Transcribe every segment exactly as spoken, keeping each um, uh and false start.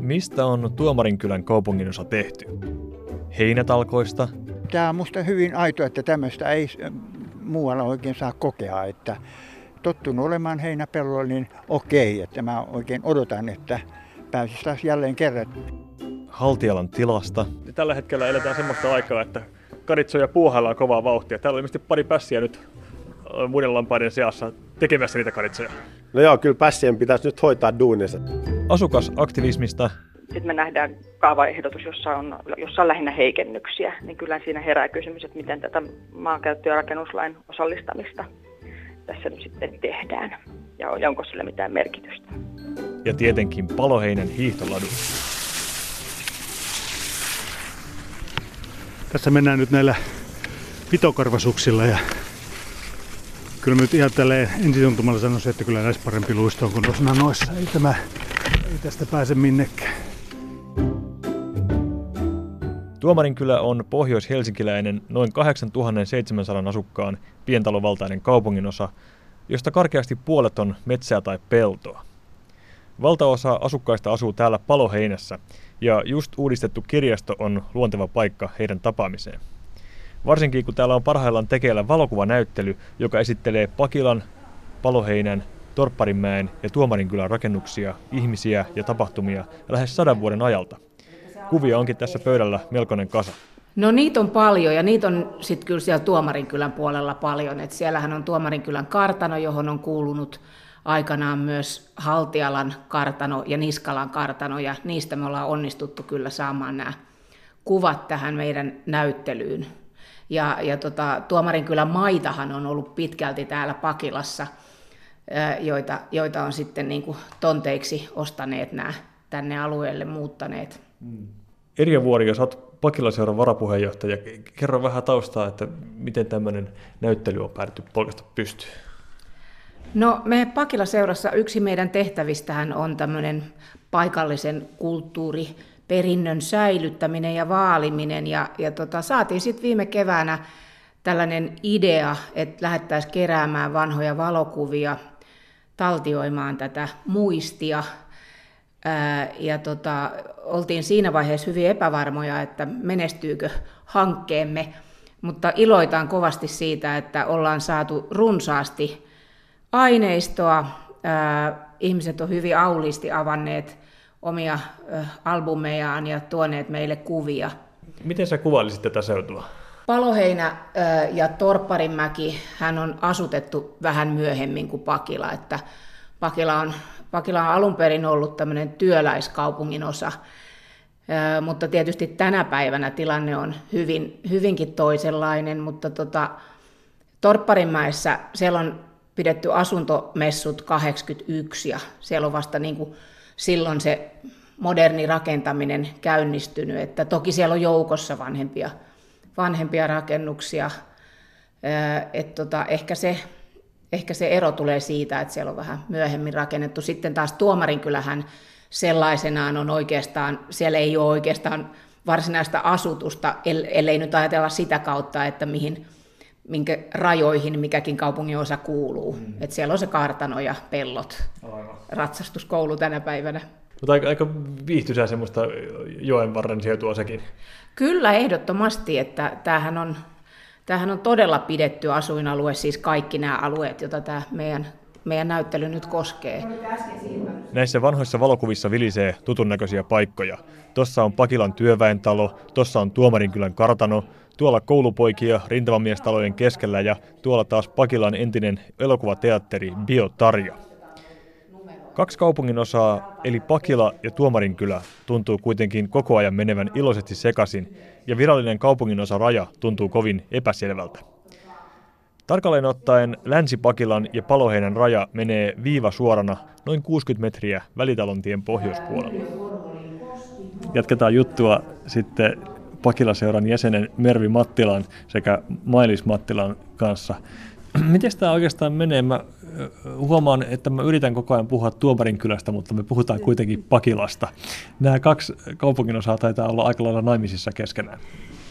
Mistä on Tuomarinkylän kaupunginosa tehty? Heinätalkoista? Tämä on musta hyvin aito, että tämmöistä ei muualla oikein saa kokea. Että tottunut olemaan heinäpellolla, niin okei, että mä oikein odotan, että pääsisi taas jälleen kerran. Haltialan tilasta? Tällä hetkellä eletään semmoista aikaa, että karitsoja puuhaillaan kovaa vauhtia. Täällä on ilmeisesti pari pässiä nyt muiden lampaiden seassa tekemässä niitä karitsoja. No joo, kyllä pässien pitäisi nyt hoitaa duuninsa. Asukasaktivismista? Sitten me nähdään kaavaehdotus, jossa on, jossa on lähinnä heikennyksiä, niin kyllä siinä herää kysymys, että miten tätä maankäyttö- ja rakennuslain osallistamista tässä nyt sitten tehdään ja onko sillä mitään merkitystä. Ja tietenkin Paloheinän hiihtoladu. Tässä mennään nyt näillä pitokarvasuksilla ja kyllä mä nyt ihan tälleen ensituntumalla sanoisin, että kyllä näissä parempi luistoon kuin tuossa noissa. Ei, tämä, ei tästä pääse minnekään. Tuomarinkylä on pohjois-helsinkiläinen noin kahdeksantuhatta seitsemänsataa asukkaan pientalovaltainen kaupunginosa, josta karkeasti puolet on metsää tai peltoa. Valtaosa asukkaista asuu täällä Paloheinässä ja just uudistettu kirjasto on luonteva paikka heidän tapaamiseen. Varsinkin kun täällä on parhaillaan tekeillä valokuvanäyttely, joka esittelee Pakilan, Paloheinän, Torpparinmäen ja Tuomarinkylän rakennuksia, ihmisiä ja tapahtumia lähes sadan vuoden ajalta. Kuvia onkin tässä pöydällä melkoinen kasa. No niitä on paljon ja niitä on sitten kyllä siellä Tuomarinkylän puolella paljon. Et siellähän on Tuomarinkylän kartano, johon on kuulunut aikanaan myös Haltialan kartano ja Niskalan kartano ja niistä me ollaan onnistuttu kyllä saamaan nämä kuvat tähän meidän näyttelyyn. Ja, ja tota, Tuomarinkylän maitahan on ollut pitkälti täällä Pakilassa, joita, joita on sitten niin kuin tonteiksi ostaneet nämä tänne alueelle muuttaneet. Erja Vuori, sä oot Pakilaseuran varapuheenjohtaja. Kerro vähän taustaa, että miten tämmöinen näyttely on päädytty polkasta pystyyn. No me Pakilaseurassa yksi meidän tehtävistähän on tämmöinen paikallisen kulttuuriperinnön säilyttäminen ja vaaliminen. Ja, ja tota, saatiin sitten viime keväänä tällainen idea, että lähdettäisiin keräämään vanhoja valokuvia, taltioimaan tätä muistia. Ää, ja tota, oltiin siinä vaiheessa hyvin epävarmoja, että menestyykö hankkeemme, mutta iloitaan kovasti siitä, että ollaan saatu runsaasti aineistoa. Ää, ihmiset on hyvin auliisti avanneet omia ä, albumejaan ja tuoneet meille kuvia. Miten sä kuvailisit tätä seutua? Paloheinä ä, ja Torpparinmäki hän on asutettu vähän myöhemmin kuin Pakila. Että Pakila on, Pakila on alun perin ollut tämmöinen työläiskaupungin osa, ä, mutta tietysti tänä päivänä tilanne on hyvin, hyvinkin toisenlainen, mutta tota, Torpparinmäessä siellä on pidetty asuntomessut kahdeksankymmentäyksi ja siellä on vasta niin kuin silloin se moderni rakentaminen käynnistynyt, että toki siellä on joukossa vanhempia, vanhempia rakennuksia, että tota, ehkä, se, ehkä se ero tulee siitä, että siellä on vähän myöhemmin rakennettu. Sitten taas Tuomarinkylähän sellaisenaan on oikeastaan, siellä ei ole oikeastaan varsinaista asutusta, ellei nyt ajatella sitä kautta, että mihin minkä rajoihin mikäkin kaupungin osa kuuluu. Mm. Et siellä on se kartano ja pellot, aivan. Ratsastuskoulu tänä päivänä. Mutta aika, aika viihtyisää semmoista joenvarren seutua sekin. Kyllä, ehdottomasti. Että tämähän on, tämähän on todella pidetty asuinalue, siis kaikki nämä alueet, joita tämä meidän, meidän näyttely nyt koskee. Näissä vanhoissa valokuvissa vilisee tutun näköisiä paikkoja. Tuossa on Pakilan työväentalo, tuossa on Tuomarinkylän kartano, tuolla koulupoikia rintamamiestalojen keskellä ja tuolla taas Pakilan entinen elokuvateatteri Biotarja. Kaksi kaupunginosaa, eli Pakila ja Tuomarinkylä, tuntuu kuitenkin koko ajan menevän iloisesti sekaisin, ja virallinen kaupunginosa raja tuntuu kovin epäselvältä. Tarkalleen ottaen Länsi-Pakilan ja Paloheinän raja menee viivasuorana noin kuusikymmentä metriä Välitalontien pohjoispuolella. Jatketaan juttua sitten Pakilaseuran jäsenen Mervi Mattilan sekä Mailis Mattilan kanssa. Miten tämä oikeastaan menee? Mä huomaan, että mä yritän koko ajan puhua Tuomarinkylästä, mutta me puhutaan kuitenkin Pakilasta. Nämä kaksi kaupunginosaa taitaa olla aika lailla naimisissa keskenään.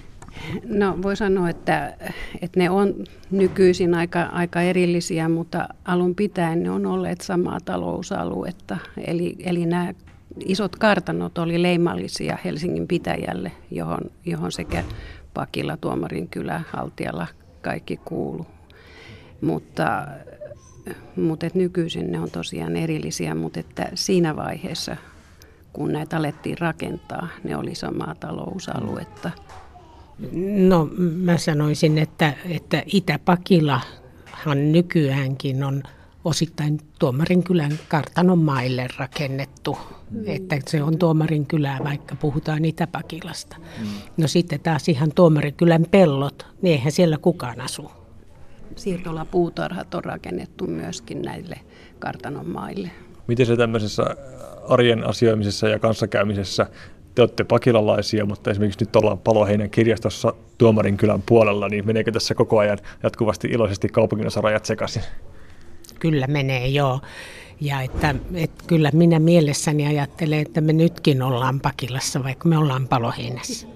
No voi sanoa, että, että ne on nykyisin aika, aika erillisiä, mutta alun pitäen ne on olleet samaa talousaluetta. Eli, eli nämä isot kartanot oli leimallisia Helsingin pitäjälle, johon, johon sekä Pakila, Tuomarinkylä, Haltiala kaikki kuulu. Mutta, mutta et nykyisin ne on tosiaan erillisiä, mutta että siinä vaiheessa, kun näitä alettiin rakentaa, ne oli samaa talousaluetta. No mä sanoisin, että, että Itä-Pakilahan nykyäänkin on osittain Tuomarinkylän kartanon maille rakennettu. Mm. Että se on Tuomarinkylää, vaikka puhutaan Itä-Pakilasta. Mm. No sitten taas ihan Tuomarinkylän pellot, niin eihän siellä kukaan asu. Siirtolapuutarhat on rakennettu myöskin näille kartanon maille. Miten se tämmöisessä arjen asioimisessa ja kanssakäymisessä, te olette pakilalaisia, mutta esimerkiksi nyt ollaan Paloheinän kirjastossa Tuomarinkylän puolella, niin meneekö tässä koko ajan jatkuvasti iloisesti kaupunginosarajat sekaisin? Kyllä menee, joo. Ja että, että kyllä minä mielessäni ajattelen, että me nytkin ollaan Pakilassa, vaikka me ollaan Paloheinässä.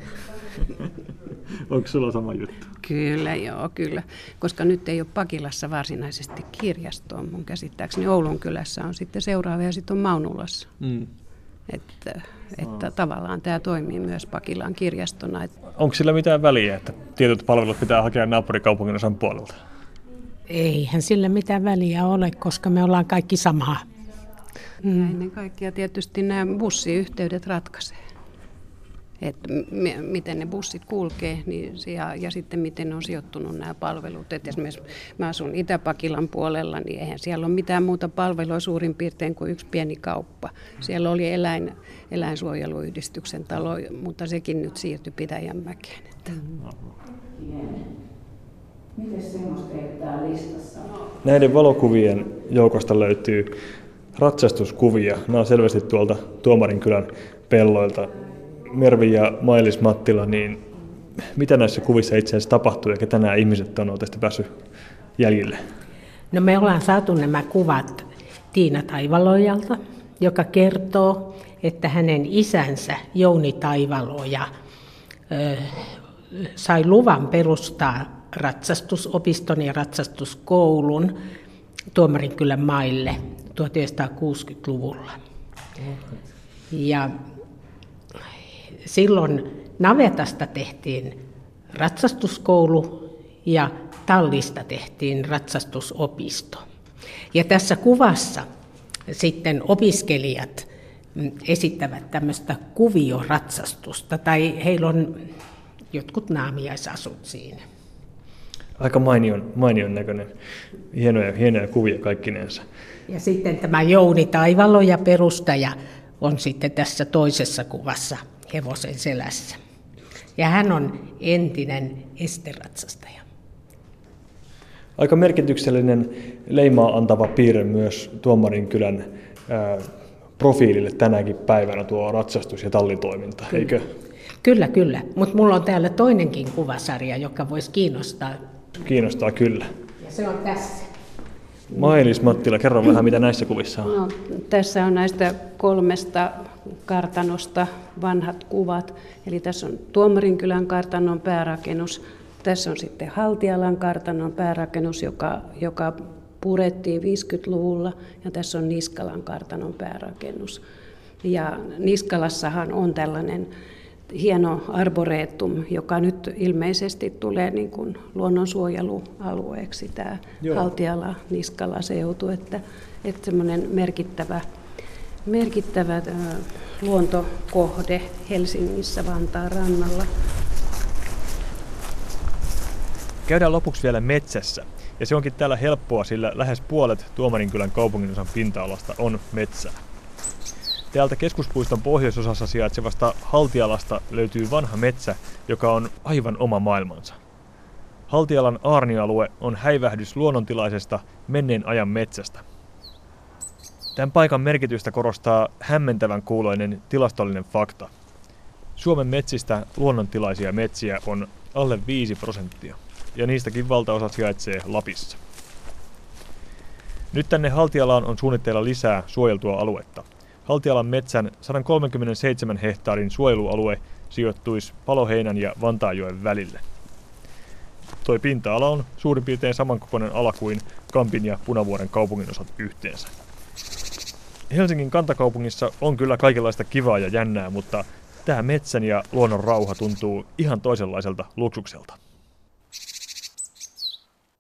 Onko sulla sama juttu? Kyllä, joo, kyllä. Koska nyt ei ole Pakilassa varsinaisesti kirjastoa. Mun käsittääkseni Oulun kylässä on sitten seuraava ja sitten on Maunulassa. Mm. Että, että tavallaan tämä toimii myös Pakilan kirjastona. Onko sillä mitään väliä, että tietyt palvelut pitää hakea naapurikaupungin osan puolelta? Eihän sillä mitään väliä ole, koska me ollaan kaikki samaa. Mm. Ja ennen kaikkea tietysti nämä bussiyhteydet ratkaisee. Että m- miten ne bussit kulkee niin, ja, ja sitten miten on sijoittunut nämä palvelut. Et esimerkiksi mä asun Itä-Pakilan puolella, niin eihän siellä ole mitään muuta palvelua suurin piirtein kuin yksi pieni kauppa. Siellä oli eläin, eläinsuojeluyhdistyksen talo, mutta sekin nyt siirtyi Pitäjänmäkeen. Että. Miten semmoista ei täällä listassa? Näiden valokuvien joukosta löytyy ratsastuskuvia. Nämä on selvästi tuolta Tuomarinkylän pelloilta. Mervi ja Mailis Mattila, niin mitä näissä kuvissa itse asiassa tapahtuu ja ketä nämä ihmiset on tästä päässyt jäljille? No me ollaan saatu nämä kuvat Tiina Taivalojalta, joka kertoo, että hänen isänsä Jouni Taivaloja ö, sai luvan perustaa ratsastusopiston ja ratsastuskoulun Tuomarinkylän maille tuhatyhdeksänsataakuusikymmentäluvulla. Ja silloin navetasta tehtiin ratsastuskoulu ja tallista tehtiin ratsastusopisto. Ja tässä kuvassa sitten opiskelijat esittävät tämmöistä kuvioratsastusta, tai heillä on jotkut naamiaisasut siinä. Aika mainion, mainion näköinen, hienoja, hienoja kuvia kaikkinensa. Ja sitten tämä Jouni Taivaloja, perustaja, on sitten tässä toisessa kuvassa hevosen selässä. Ja hän on entinen esteratsastaja. Aika merkityksellinen leimaa antava piirre myös Tuomarinkylän ää, profiilille tänäkin päivänä tuo ratsastus- ja tallitoiminta, kyllä. Eikö? Kyllä, kyllä. Mutta mulla on täällä toinenkin kuvasarja, joka voisi kiinnostaa. Kiinnostaa kyllä. Ja se on tässä. Mailis Mattila, kerro vähän, mitä näissä kuvissa on. No, tässä on näistä kolmesta kartanosta vanhat kuvat. Eli tässä on Tuomarinkylän kartanon päärakennus. Tässä on sitten Haltialan kartanon päärakennus, joka, joka purettiin viisikymmentäluvulla. Ja tässä on Niskalan kartanon päärakennus. Ja Niskalassahan on tällainen hieno arboretum, joka nyt ilmeisesti tulee niin kuin luonnonsuojelualueeksi, tämä Haltiala-Niskala-seutu, että, että semmoinen merkittävä, merkittävä äh, luontokohde Helsingissä Vantaan rannalla. Käydään lopuksi vielä metsässä, ja se onkin täällä helppoa, sillä lähes puolet Tuomarinkylän kaupunginosan pinta-alasta on metsää. Täältä keskuspuiston pohjoisosassa sijaitsevasta Haltialasta löytyy vanha metsä, joka on aivan oma maailmansa. Haltialan aarnialue on häivähdys luonnontilaisesta menneen ajan metsästä. Tämän paikan merkitystä korostaa hämmentävän kuuloinen tilastollinen fakta. Suomen metsistä luonnontilaisia metsiä on alle viisi prosenttia, ja niistäkin valtaosa sijaitsee Lapissa. Nyt tänne Haltialaan on suunnitteilla lisää suojeltua aluetta. Haltialan metsän sata kolmekymmentäseitsemän hehtaarin suojelualue sijoittuisi Paloheinän ja Vantaanjoen välille. Toi pinta-ala on suurin piirtein samankokoinen ala kuin Kampin ja Punavuoren kaupunginosat yhteensä. Helsingin kantakaupungissa on kyllä kaikenlaista kivaa ja jännää, mutta tämä metsän ja luonnon rauha tuntuu ihan toisenlaiselta luksukselta.